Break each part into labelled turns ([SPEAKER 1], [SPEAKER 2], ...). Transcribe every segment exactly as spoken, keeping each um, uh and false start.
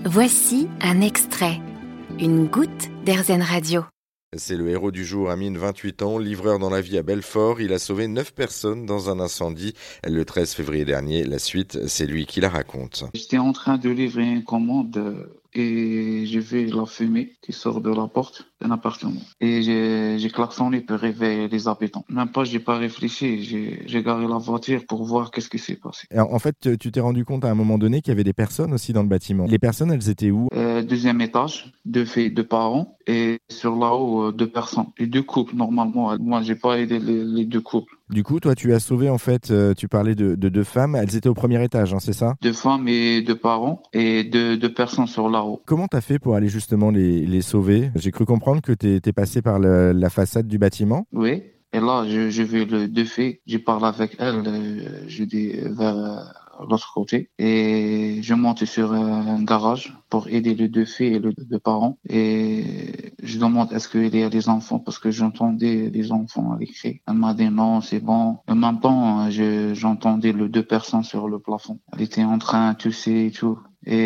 [SPEAKER 1] Voici un extrait, une goutte d'Airzen Radio.
[SPEAKER 2] C'est le héros du jour, Amine, vingt-huit ans, livreur dans la vie à Belfort. Il a sauvé neuf personnes dans un incendie le treize février dernier. La suite, c'est lui qui la raconte.
[SPEAKER 3] J'étais en train de livrer une commande et j'ai vu la fumée qui sort de la porte d'un appartement. Et j'ai, j'ai klaxonné pour réveiller les habitants. Même pas, j'ai pas réfléchi. J'ai, j'ai garé la voiture pour voir qu'est-ce qui s'est passé.
[SPEAKER 4] Alors, en fait, tu t'es rendu compte à un moment donné qu'il y avait des personnes aussi dans le bâtiment. Les personnes, elles étaient où ?
[SPEAKER 3] euh, Deuxième étage, deux filles, deux parents. Et sur là-haut, deux personnes. Et deux couples, normalement. Moi, j'ai pas aidé les, les deux couples.
[SPEAKER 4] Du coup, toi, tu as sauvé, en fait, euh, tu parlais de, de deux femmes. Elles étaient au premier étage, hein, c'est ça ?
[SPEAKER 3] Deux femmes et deux parents. Et deux, deux personnes sur là-haut.
[SPEAKER 4] Comment t'as fait pour aller justement les, les sauver ? J'ai cru comprendre que t'es, t'es passé par le, la façade du bâtiment.
[SPEAKER 3] Oui. Et là, je, je vu les deux filles. J'ai parlé avec elles. Euh, je dis vers euh, l'autre côté. Et je monte sur un garage pour aider les deux filles et les deux parents. Et je demande est-ce qu'il y a des enfants parce que j'entendais les enfants à l'écrit. Elle m'a dit non, c'est bon. En même temps, je, j'entendais les deux personnes sur le plafond. Elle était en train de tousser et tout.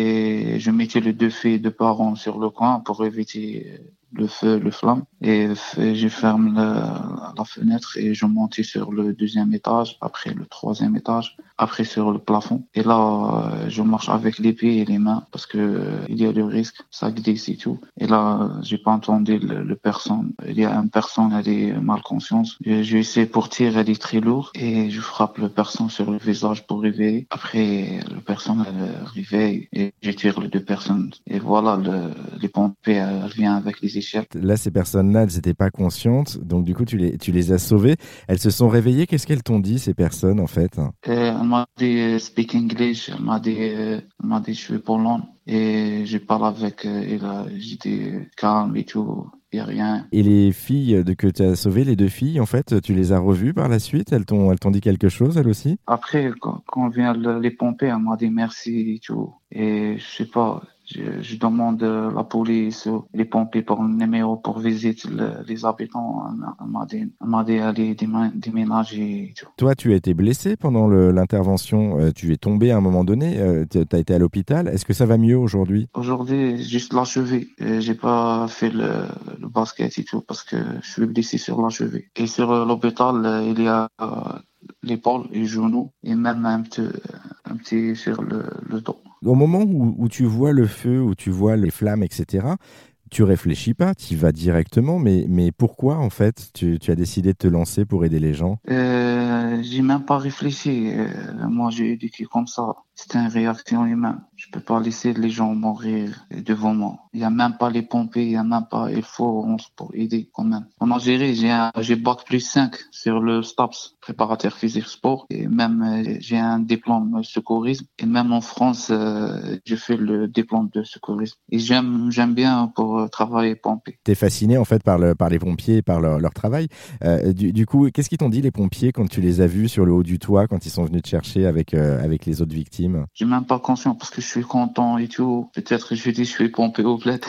[SPEAKER 3] Et je mettais les deux filles et deux parents sur le coin pour éviter le feu, le flamme. Et je ferme la, la fenêtre et je montais sur le deuxième étage, après le troisième étage, après sur le plafond. Et là, je marche avec les pieds et les mains parce que euh, il y a du risque, ça glisse et tout. Et là, j'ai pas entendu le, le personne. Il y a une personne, elle est mal consciente. Je, je essaie pour tirer, elle est très lourde et je frappe le personne sur le visage pour réveiller. Après, le personne, elle réveille et je tire les deux personnes. Et voilà, le, les pompiers, elle vient avec les échelles.
[SPEAKER 4] Là, ces personnes-là, elles n'étaient pas conscientes. Donc, du coup, tu les, tu les as sauvées. Elles se sont réveillées. Qu'est-ce qu'elles t'ont dit, ces personnes, en fait ?
[SPEAKER 3] Euh, elle m'a dit euh, speak English. Elle m'a dit, euh, elle m'a dit je suis Pologne. Et j'ai parlé avec euh, et là, j'étais calme et tout. Il n'y a rien.
[SPEAKER 4] Et les filles de, que tu as sauvées, les deux filles, en fait, tu les as revues par la suite ? Elles t'ont, elles t'ont dit quelque chose, elles aussi ?
[SPEAKER 3] Après, quand, quand on vient le- les pompiers, elle m'a dit merci et tout. Et je sais pas, je, je demande euh, la police, ou les pompiers pour un numéro pour visiter le- les habitants. Elle m'a- elle m'a dit, elle m'a dit aller déma- déménager et tout.
[SPEAKER 4] Toi, tu as été blessé pendant le, l'intervention. Euh, tu es tombé à un moment donné. Euh, tu as été à l'hôpital. Est-ce que ça va mieux aujourd'hui ?
[SPEAKER 3] Aujourd'hui, juste la cheville. Euh, J'ai pas fait le, le basket et tout parce que je suis blessé sur la cheville. Et sur euh, l'hôpital, euh, il y a euh, l'épaule et le genou et même un petit, un petit sur le, le dos.
[SPEAKER 4] Au moment où, où tu vois le feu, où tu vois les flammes, et cetera, tu réfléchis pas, tu y vas directement. Mais, mais pourquoi, en fait, tu, tu as décidé de te lancer pour aider les gens ?
[SPEAKER 3] Euh, j'ai même pas réfléchi. Euh, moi, j'ai éduqué comme ça. C'était une réaction humaine. Je peux pas laisser les gens mourir devant moi. Il y a même pas les pompiers, il y a même pas, il faut on, pour aider quand même. En Algérie, j'ai un, j'ai bac plus cinq sur le STAPS, préparateur physique sport. Et même, euh, j'ai un diplôme secourisme. Et même en France, euh, j'ai fait le diplôme de secourisme. Et j'aime, j'aime bien pour euh, travailler pompier.
[SPEAKER 4] Tu es fasciné, en fait, par, le, par les pompiers, par leur, leur travail. Euh, du, du coup, qu'est-ce qu'ils t'ont dit, les pompiers, quand tu les as vus sur le haut du toit, quand ils sont venus te chercher avec, euh, avec les autres victimes ?
[SPEAKER 3] J'ai même pas conscience parce que je suis content et tout. Peut-être je dis je suis pompé au bled.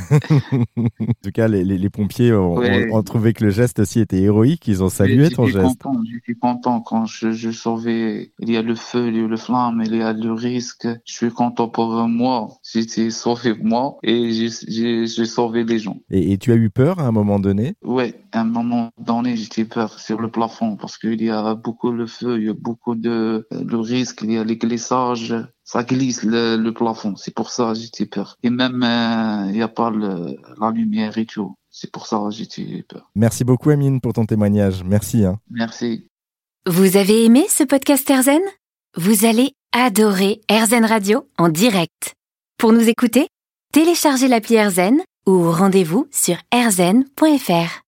[SPEAKER 4] En tout cas, les, les, les pompiers ont,
[SPEAKER 3] Ouais.
[SPEAKER 4] ont, ont trouvé que le geste aussi était héroïque. Ils ont salué ton
[SPEAKER 3] J'étais
[SPEAKER 4] geste.
[SPEAKER 3] content, j'étais content quand je, je sauvais. Il y a le feu, il y a le flamme, il y a le risque. Je suis content pour moi. J'étais sauvé moi et j'ai, j'ai, j'ai sauvé les gens.
[SPEAKER 4] Et, et tu as eu peur à un moment donné ?
[SPEAKER 3] Ouais, à un moment donné, j'étais peur sur le plafond parce qu'il y a beaucoup de feu, il y a beaucoup de, de risques, il y a les glissages. Ça glisse le, le plafond. C'est pour ça que j'étais peur. Et même, euh, il n'y a pas le, la lumière et tout. C'est pour ça que j'étais peur.
[SPEAKER 4] Merci beaucoup, Amine, pour ton témoignage. Merci. Hein.
[SPEAKER 3] Merci.
[SPEAKER 1] Vous avez aimé ce podcast Airzen ? Vous allez adorer Airzen Radio en direct. Pour nous écouter, téléchargez l'appli Airzen ou rendez-vous sur airzen point f r.